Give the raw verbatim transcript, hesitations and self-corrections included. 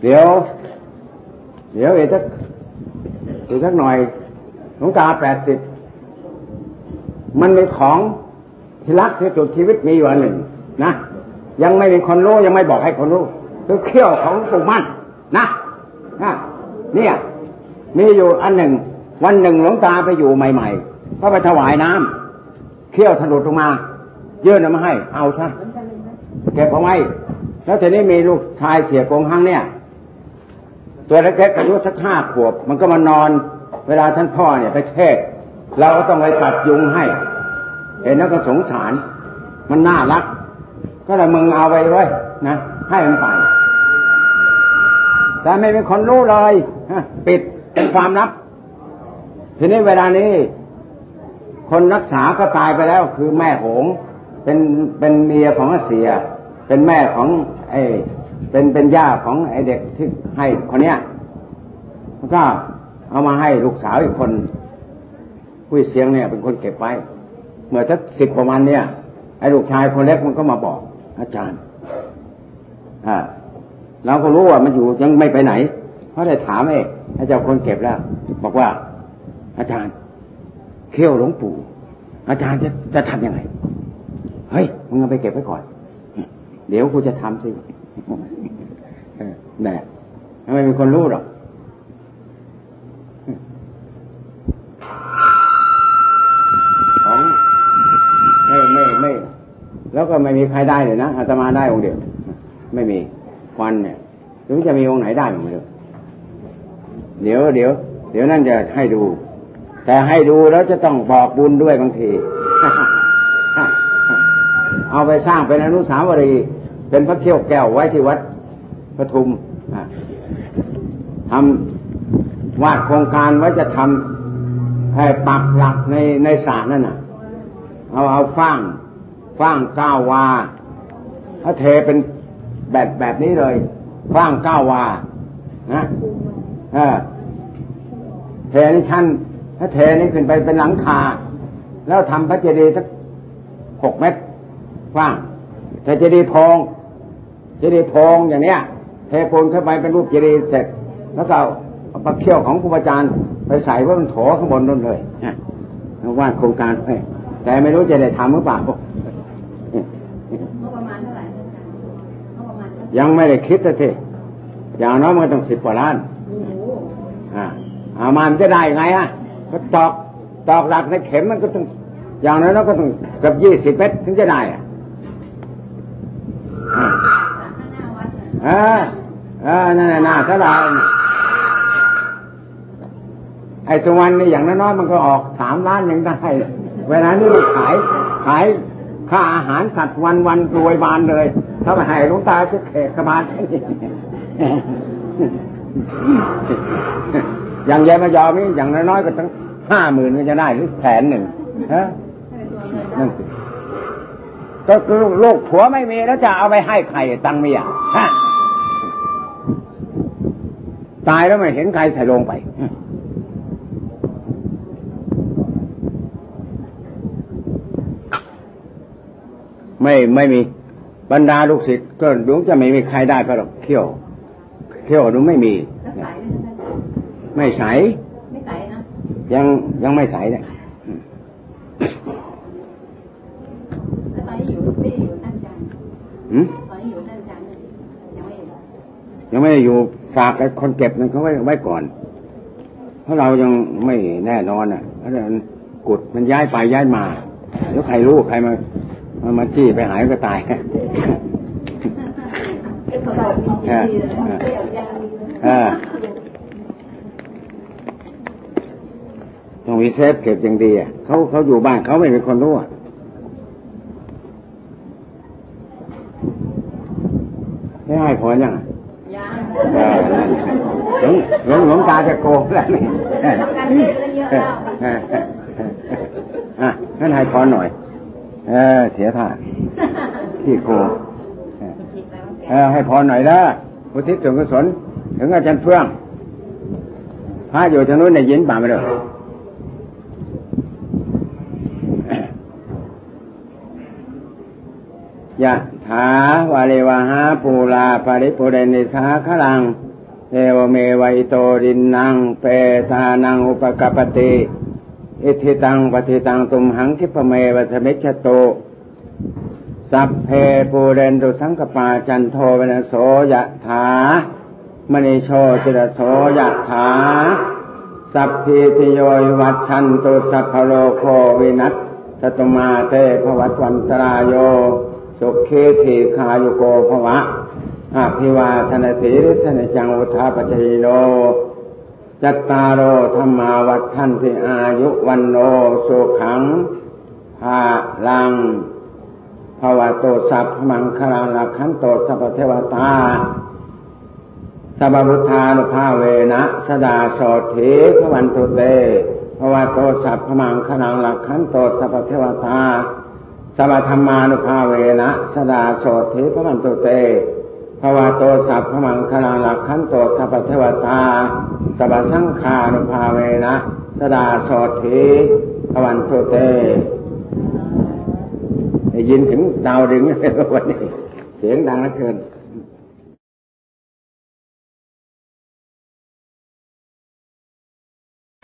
เดี๋ยวเดี๋ยวอีกสักอีกสักหน่อยหลวงตาแปดสิบมันมีของที่รักที่สุดชีวิตมีอยู่อันหนึ่งนะยังไม่มีคนรู้ยังไม่บอกให้คนรู้คือเขี้ยวของปู่มั่นนะนะเนี่ยมีอยู่อันหนึ่งวันหนึ่งหลวงตาไปอยู่ใหม่ๆก็ไปถวายน้ำเขี้ยวถลุดลงมายื่นเอามาให้เอาซะเก็บเอาไว้แล้วทีนี้มีลูกชายเสียกงหังเนี่ยตัวเล็กๆอายุสักห้าขวบมันก็มานอนเวลาท่านพ่อเนี่ยไปเทศเราก็ต้องไปตัดยุงให้เห็นแล้วก็สงสารมันน่ารักก็เลยมึงเอาไปไว้นะให้มันไปแต่ไม่เป็นคนรู้เลยปิดเป็นความลับทีนี้เวลานี้คนรักษาก็ตายไปแล้วคือแม่หงเป็นเป็นเมียของเสียเป็นแม่ของไอ้เป็นเป็นย่าของไอ้เด็กที่ให้คนเนี้ยมันก็เอามาให้ลูกสาวอีกคนผู้เสียงเนี่ยเป็นคนเก็บไว้เมื่อสักสิบประมาณเนี่ยไอ้ลูกชายคนเล็กมันก็มาบอกอาจารย์อ่าเราก็รู้ว่ามันอยู่ยังไม่ไปไหนเพราะได้ถามไอ้ไอ้เจ้าคนเก็บแล้วบอกว่าอาจารย์เขี้ยวหลวงปู่อาจารย์จะจะทำยังไงเฮ้ยมึงเอาไปเก็บไว้ก่อนเดี๋ยวกูจะทำสิแน่ไม่มีคนรู้หรอกของไม่ไม่ไม่แล้วก็ไม่มีใครได้เลยนะอาตมาได้องค์เดียวไม่มีควันเนี่ยหรือจะมีองค์ไหนได้บ้างไม่รู้เดี๋ยวเดี๋ยวเดี๋ยวนั่นจะให้ดูแต่ให้ดูแล้วจะต้องบอกบุญด้วยบางทีเอาไปสร้างเป็นอนุสาวรีย์เป็นพระเขี้ยวแก้วไว้ที่วัดปทุมทำวาดโครงการไว้จะทำให้ปักหลักในในสระนั่นน่ะเอาเอาฟางฟางเก้าวาถ้าเทเป็นแบบแบบนี้เลยฟางเก้าวานะเออเทนี่ชั้นถ้าเทนี่ขึ้นไปเป็นหลังคาแล้วทำพระเจดีย์สักหกเมตรฟางแต่เจดีย์ทองเจดีย์ทองอย่างเนี้ยเทปูนเข้าไปเป็นรูปเจดีย์เสร็จแล้วก็เอาปลาเขี้ยวของครูอาจารย์ไปใส่ไว้บนโถข้างบนนั่นเลยว่าโครงการแต่ไม่รู้จะได้ทำหรือเปล่ายังไม่ได้คิดเลยทีอย่างน้อยมันต้องสิบกว่าล้านอ่าเอามามันจะได้ไงฮะก็ตอกตอกหลักในเข็มมันก็ต้องอย่างน้อยก็ต้องเกือบยี่สิบเมตรถึงจะได้อ่ะอ่าอ่านั่นน่ะน่าถ้าได้ไอ้สุวรรณนี่อย่างน้อยๆมันก็ออกสามล้านยังได้เวลานี้มันขายขายค่าอาหารสัตว์วันวันรวยบานเลยถ้าไปให้หลวงตาจะแขกขบานอย่างยายมายอมนี่อย่างน้อยๆก็ตั้งห้าหมื่นก็จะได้หรือแสนหนึ่งฮะนั่นสิก็คือลูกผัวไม่มีแล้วจะเอาไปให้ใครตังเมียฮะตายแล้วไม่เห็นใครใส่ลงไปไม่ไม่มีบรรดาลูกศิษย์ก็ดูจะไม่มีใครได้เพราะหรอกเขี้ยวเขี้ยวดูไม่มีไม่ใสไม่ใสนะยังยังไม่ใสเนี่ยตอนนี้อยู่ไม่ได้อยู่ท่านอาจารย์หืมตอนนี้อยู่ท่านอาจารย์ยังไม่อยู่ยังไม่ได้อยู่ฝากกับคนเก็บนั่นเขาไว้ไว้ก่อนเพราะเรายังไม่แน่นอนอ่ะเพราะฉะนั้นกุดมันย้ายไปย้ายมาแล้วใครรู้ใครมามันมาจี้ไปหายก็ตายต้องมีเซฟเก็บอย่างดีอ่ะเขาเขาอยู่บ้านเขาไม่มีคนรู้อ่ะไม่ให้พอยังหลงหลงหลงตาจะโกงแล้วนี่อ่ะงั้นให้พอหน่อยเออเสียท่าที่โกเออให้พรหน่อยละอุทิศส่วนกุศลถึงอาจารย์เฟื่องพระอยู่ทางนู้นในยินป่าไม่ได้ยะถาวาเลวะหาปูลาปาริปุเรนิสาคลังเอวเมวัยโตดินนังเปตานังอุปกัปปติอิทิตังปฏิตังตุมหังคิปเมวัสมิจฉโตสัพเพปูเรนตุสังกปาจันโทเวนโสยะถามณีโชติระโสยะถาสัพพิติโยวัชชันตุสัพพโลโควินัสสตุมาเตภวัตวันตรายโยสุขีทีคายุโกภวะอภิวาทนาสีริสนิจังอุทาปจายโนจัตตารโอธรรมาวัฏทันติอายุวันโนสุขังภาลังภวโตสัพพมังคลังลักขันโตสัพพเทวตาสัพพพุทธานุภาเวนะสดาโสถีพระวันตุเตภวโตสัพพมังคลังลักขันโตสัพพเทวตาสัพพธรรมานุภาเวนะสดาโสถีพระวันตุเตภวโตสัพพมังคลังลักขันโตสัพพเทวตาสัพพสังฆานุภาเวนะสดาโสถีพระวันตุเตได้ยินถึงดาวดึงวันนี้เสียงดังเหลือเกิน